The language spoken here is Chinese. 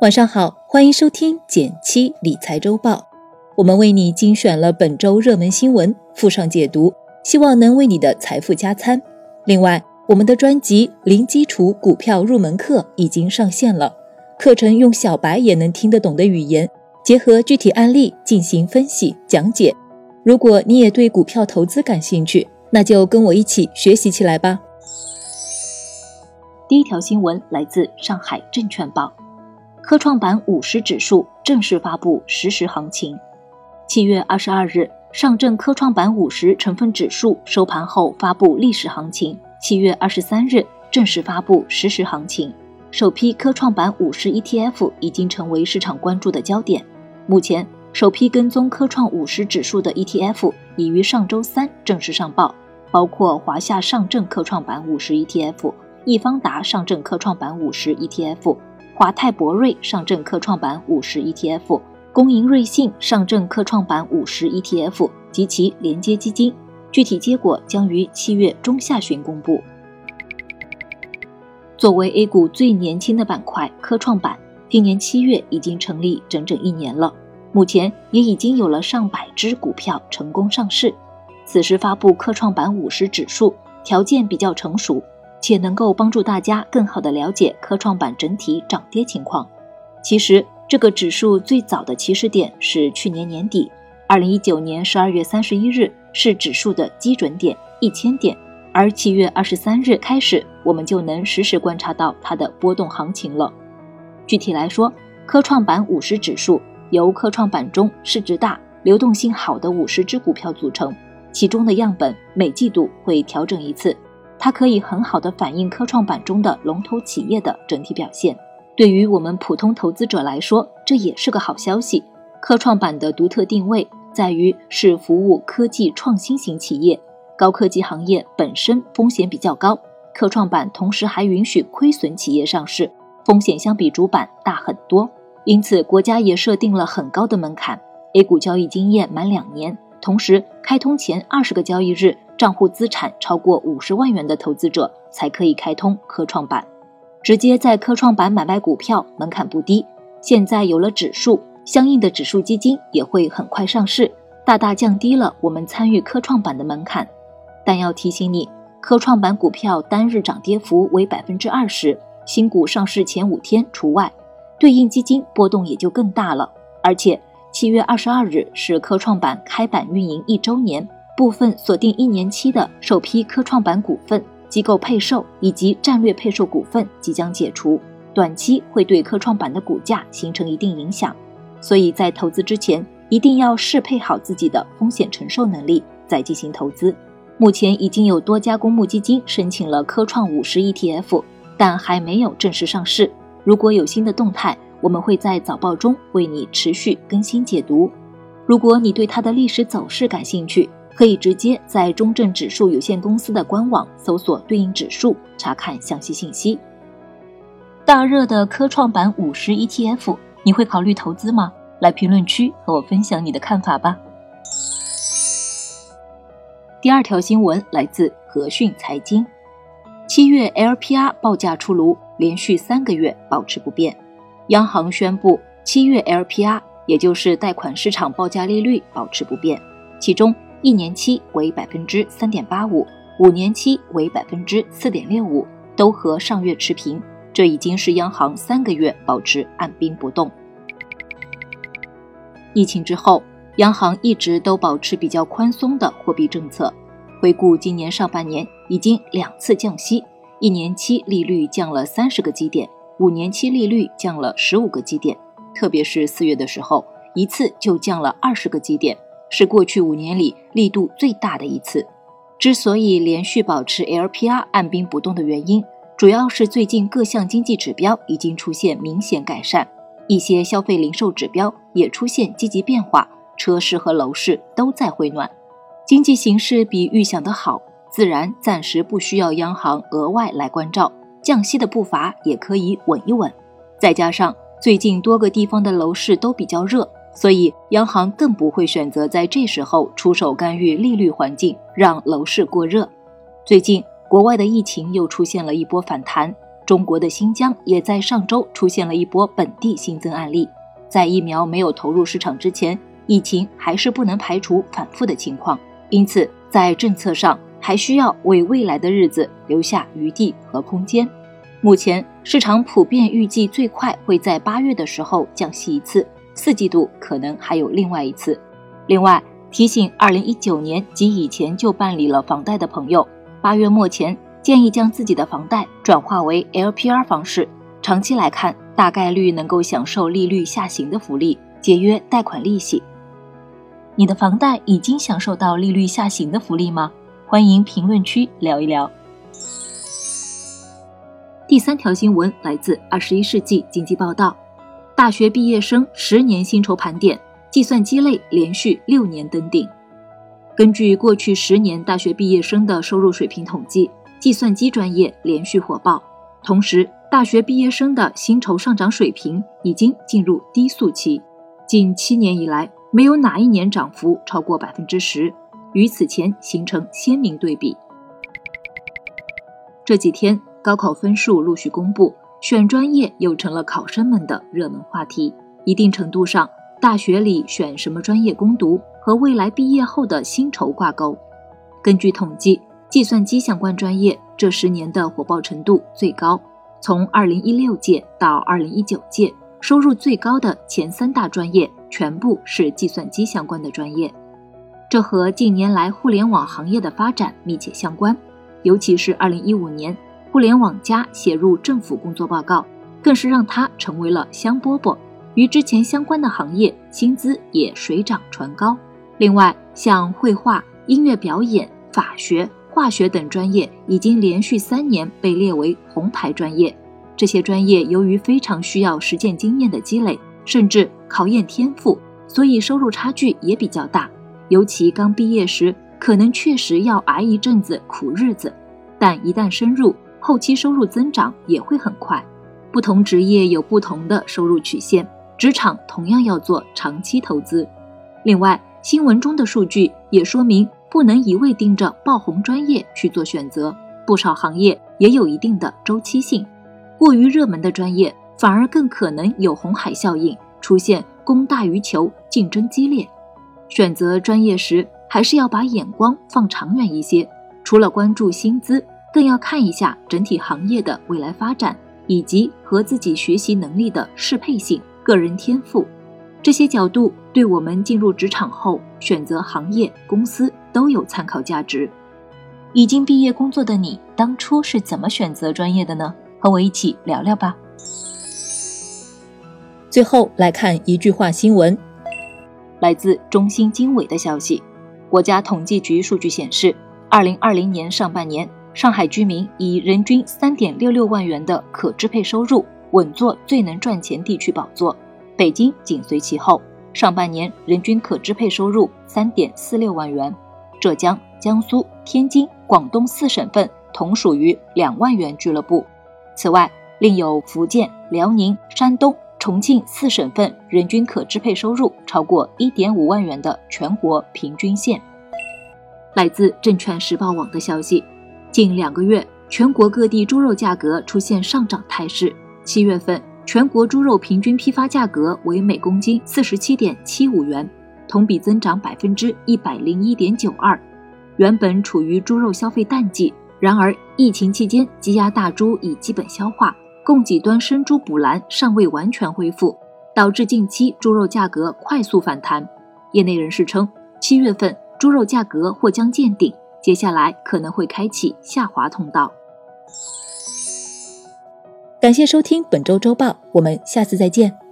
晚上好，欢迎收听减七理财周报。我们为你精选了本周热门新闻，附上解读，希望能为你的财富加餐。另外，我们的专辑零基础股票入门课已经上线了，课程用小白也能听得懂的语言，结合具体案例进行分析讲解。如果你也对股票投资感兴趣，那就跟我一起学习起来吧。第一条新闻来自上海证券报，科创板50指数正式发布实时行情。7月22日，上证科创板50成分指数收盘后发布历史行情，7月23日正式发布实时行情。首批科创板50 ETF 已经成为市场关注的焦点。目前，首批跟踪科创50指数的 ETF 已于上周三正式上报，包括华夏上证科创板50 ETF、易方达上证科创板50 ETF、华泰博瑞上证科创板50 ETF、工银瑞信上证科创板50 ETF 及其连接基金，具体结果将于7月中下旬公布。作为 A 股最年轻的板块，科创板今年7月已经成立整整1年了，目前也已经有了上百只股票成功上市。此时发布科创板50指数，条件比较成熟，且能够帮助大家更好地了解科创板整体涨跌情况。其实这个指数最早的起始点是去年年底，2019年12月31日是指数的基准点1000点，而7月23日开始，我们就能实时观察到它的波动行情了。具体来说，科创板50指数由科创板中市值大、流动性好的50只股票组成，其中的样本每季度会调整一次，它可以很好地反映科创板中的龙头企业的整体表现。对于我们普通投资者来说，这也是个好消息。科创板的独特定位在于是服务科技创新型企业，高科技行业本身风险比较高，科创板同时还允许亏损企业上市，风险相比主板大很多。因此国家也设定了很高的门槛， A 股交易经验满2年，同时开通前20个交易日账户资产超过50万元的投资者才可以开通科创板。直接在科创板买卖股票门槛不低，现在有了指数，相应的指数基金也会很快上市，大大降低了我们参与科创板的门槛。但要提醒你，科创板股票单日涨跌幅为 20%， 新股上市前5天除外，对应基金波动也就更大了。而且7月22日是科创板开板运营1周年，部分锁定1年期的首批科创板股份、机构配售以及战略配售股份即将解除，短期会对科创板的股价形成一定影响，所以在投资之前一定要适配好自己的风险承受能力再进行投资。目前已经有多家公募基金申请了科创50 ETF， 但还没有正式上市。如果有新的动态，我们会在早报中为你持续更新解读。如果你对它的历史走势感兴趣，可以直接在中证指数有限公司的官网搜索对应指数，查看详细信息。大热的科创板50 ETF， 你会考虑投资吗？来评论区和我分享你的看法吧。第二条新闻来自和讯财经，7月 LPR 报价出炉，连续3个月保持不变。央行宣布7月 LPR， 也就是贷款市场报价利率保持不变，其中1年期为 3.85%， 5年期为 4.65%， 都和上月持平，这已经是央行3个月保持按兵不动。疫情之后，央行一直都保持比较宽松的货币政策。回顾今年上半年，已经2次降息，1年期利率降了30个基点，5年期利率降了15个基点，特别是4月的时候，一次就降了20个基点，是过去5年里力度最大的一次。之所以连续保持 LPR 按兵不动的原因，主要是最近各项经济指标已经出现明显改善，一些消费零售指标也出现积极变化，车市和楼市都在回暖，经济形势比预想的好，自然暂时不需要央行额外来关照，降息的步伐也可以稳一稳。再加上最近多个地方的楼市都比较热，所以央行更不会选择在这时候出手干预利率环境，让楼市过热。最近国外的疫情又出现了一波反弹， 中国的新疆也在上周出现了一波本地新增案例。在疫苗没有投入市场之前，疫情还是不能排除反复的情况，因此在政策上还需要为未来的日子留下余地和空间。目前市场普遍预计最快会在8月的时候降息一次，4季度可能还有另外一次。另外提醒2019年及以前就办理了房贷的朋友，8月末前建议将自己的房贷转化为 LPR 方式，长期来看大概率能够享受利率下行的福利，节约贷款利息。你的房贷已经享受到利率下行的福利吗？欢迎评论区聊一聊。第3条新闻来自21世纪经济报道，大学毕业生10年薪酬盘点，计算机类连续6年登顶。根据过去10年大学毕业生的收入水平统计，计算机专业连续火爆，同时大学毕业生的薪酬上涨水平已经进入低速期，近7年以来没有哪一年涨幅超过 10%， 与此前形成鲜明对比。这几天高考分数陆续公布，选专业又成了考生们的热门话题。一定程度上，大学里选什么专业攻读和未来毕业后的薪酬挂钩。根据统计，计算机相关专业这10年的火爆程度最高，从2016届到2019届，收入最高的前3大专业全部是计算机相关的专业。这和近年来互联网行业的发展密切相关，尤其是2015年互联网+写入政府工作报告，更是让它成为了香饽饽，与之前相关的行业薪资也水涨船高。另外，像绘画、音乐表演、法学、化学等专业已经连续3年被列为红牌专业。这些专业由于非常需要实践经验的积累，甚至考验天赋，所以收入差距也比较大。尤其刚毕业时，可能确实要挨一阵子苦日子，但一旦深入，后期收入增长也会很快。不同职业有不同的收入曲线，职场同样要做长期投资。另外，新闻中的数据也说明，不能一味盯着爆红专业去做选择，不少行业也有一定的周期性。过于热门的专业反而更可能有红海效应，出现供大于求，竞争激烈。选择专业时还是要把眼光放长远一些，除了关注薪资，更要看一下整体行业的未来发展，以及和自己学习能力的适配性、个人天赋。这些角度对我们进入职场后选择行业、公司都有参考价值。已经毕业工作的你，当初是怎么选择专业的呢？和我一起聊聊吧。最后来看一句话新闻，来自中新经纬的消息，国家统计局数据显示，2020年上半年，上海居民以人均 3.66 万元的可支配收入稳坐最能赚钱地区宝座，北京紧随其后，上半年人均可支配收入 3.46 万元，浙江、江苏、天津、广东4省份同属于2万元俱乐部。此外，另有福建、辽宁、山东、重庆4省份人均可支配收入超过 1.5 万元的全国平均线。来自证券时报网的消息，近2个月，全国各地猪肉价格出现上涨态势。7月份，全国猪肉平均批发价格为每公斤 47.75 元，同比增长 101.92%。原本处于猪肉消费淡季，然而疫情期间积压大猪已基本消化，供给端生猪补栏尚未完全恢复，导致近期猪肉价格快速反弹。业内人士称，7月份猪肉价格或将见顶，接下来可能会开启下滑通道。感谢收听本周周报，我们下次再见。